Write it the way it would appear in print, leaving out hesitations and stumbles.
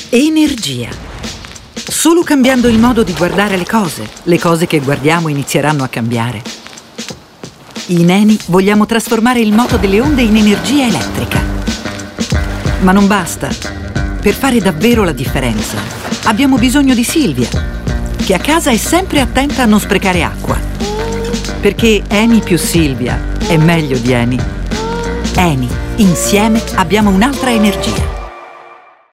Energia. Solo cambiando il modo di guardare le cose che guardiamo inizieranno a cambiare. In Eni vogliamo trasformare il moto delle onde in energia elettrica. Ma non basta. Per fare davvero la differenza, abbiamo bisogno di Silvia, che a casa è sempre attenta a non sprecare acqua. Perché Eni più Silvia è meglio di Eni. Eni, insieme abbiamo un'altra energia.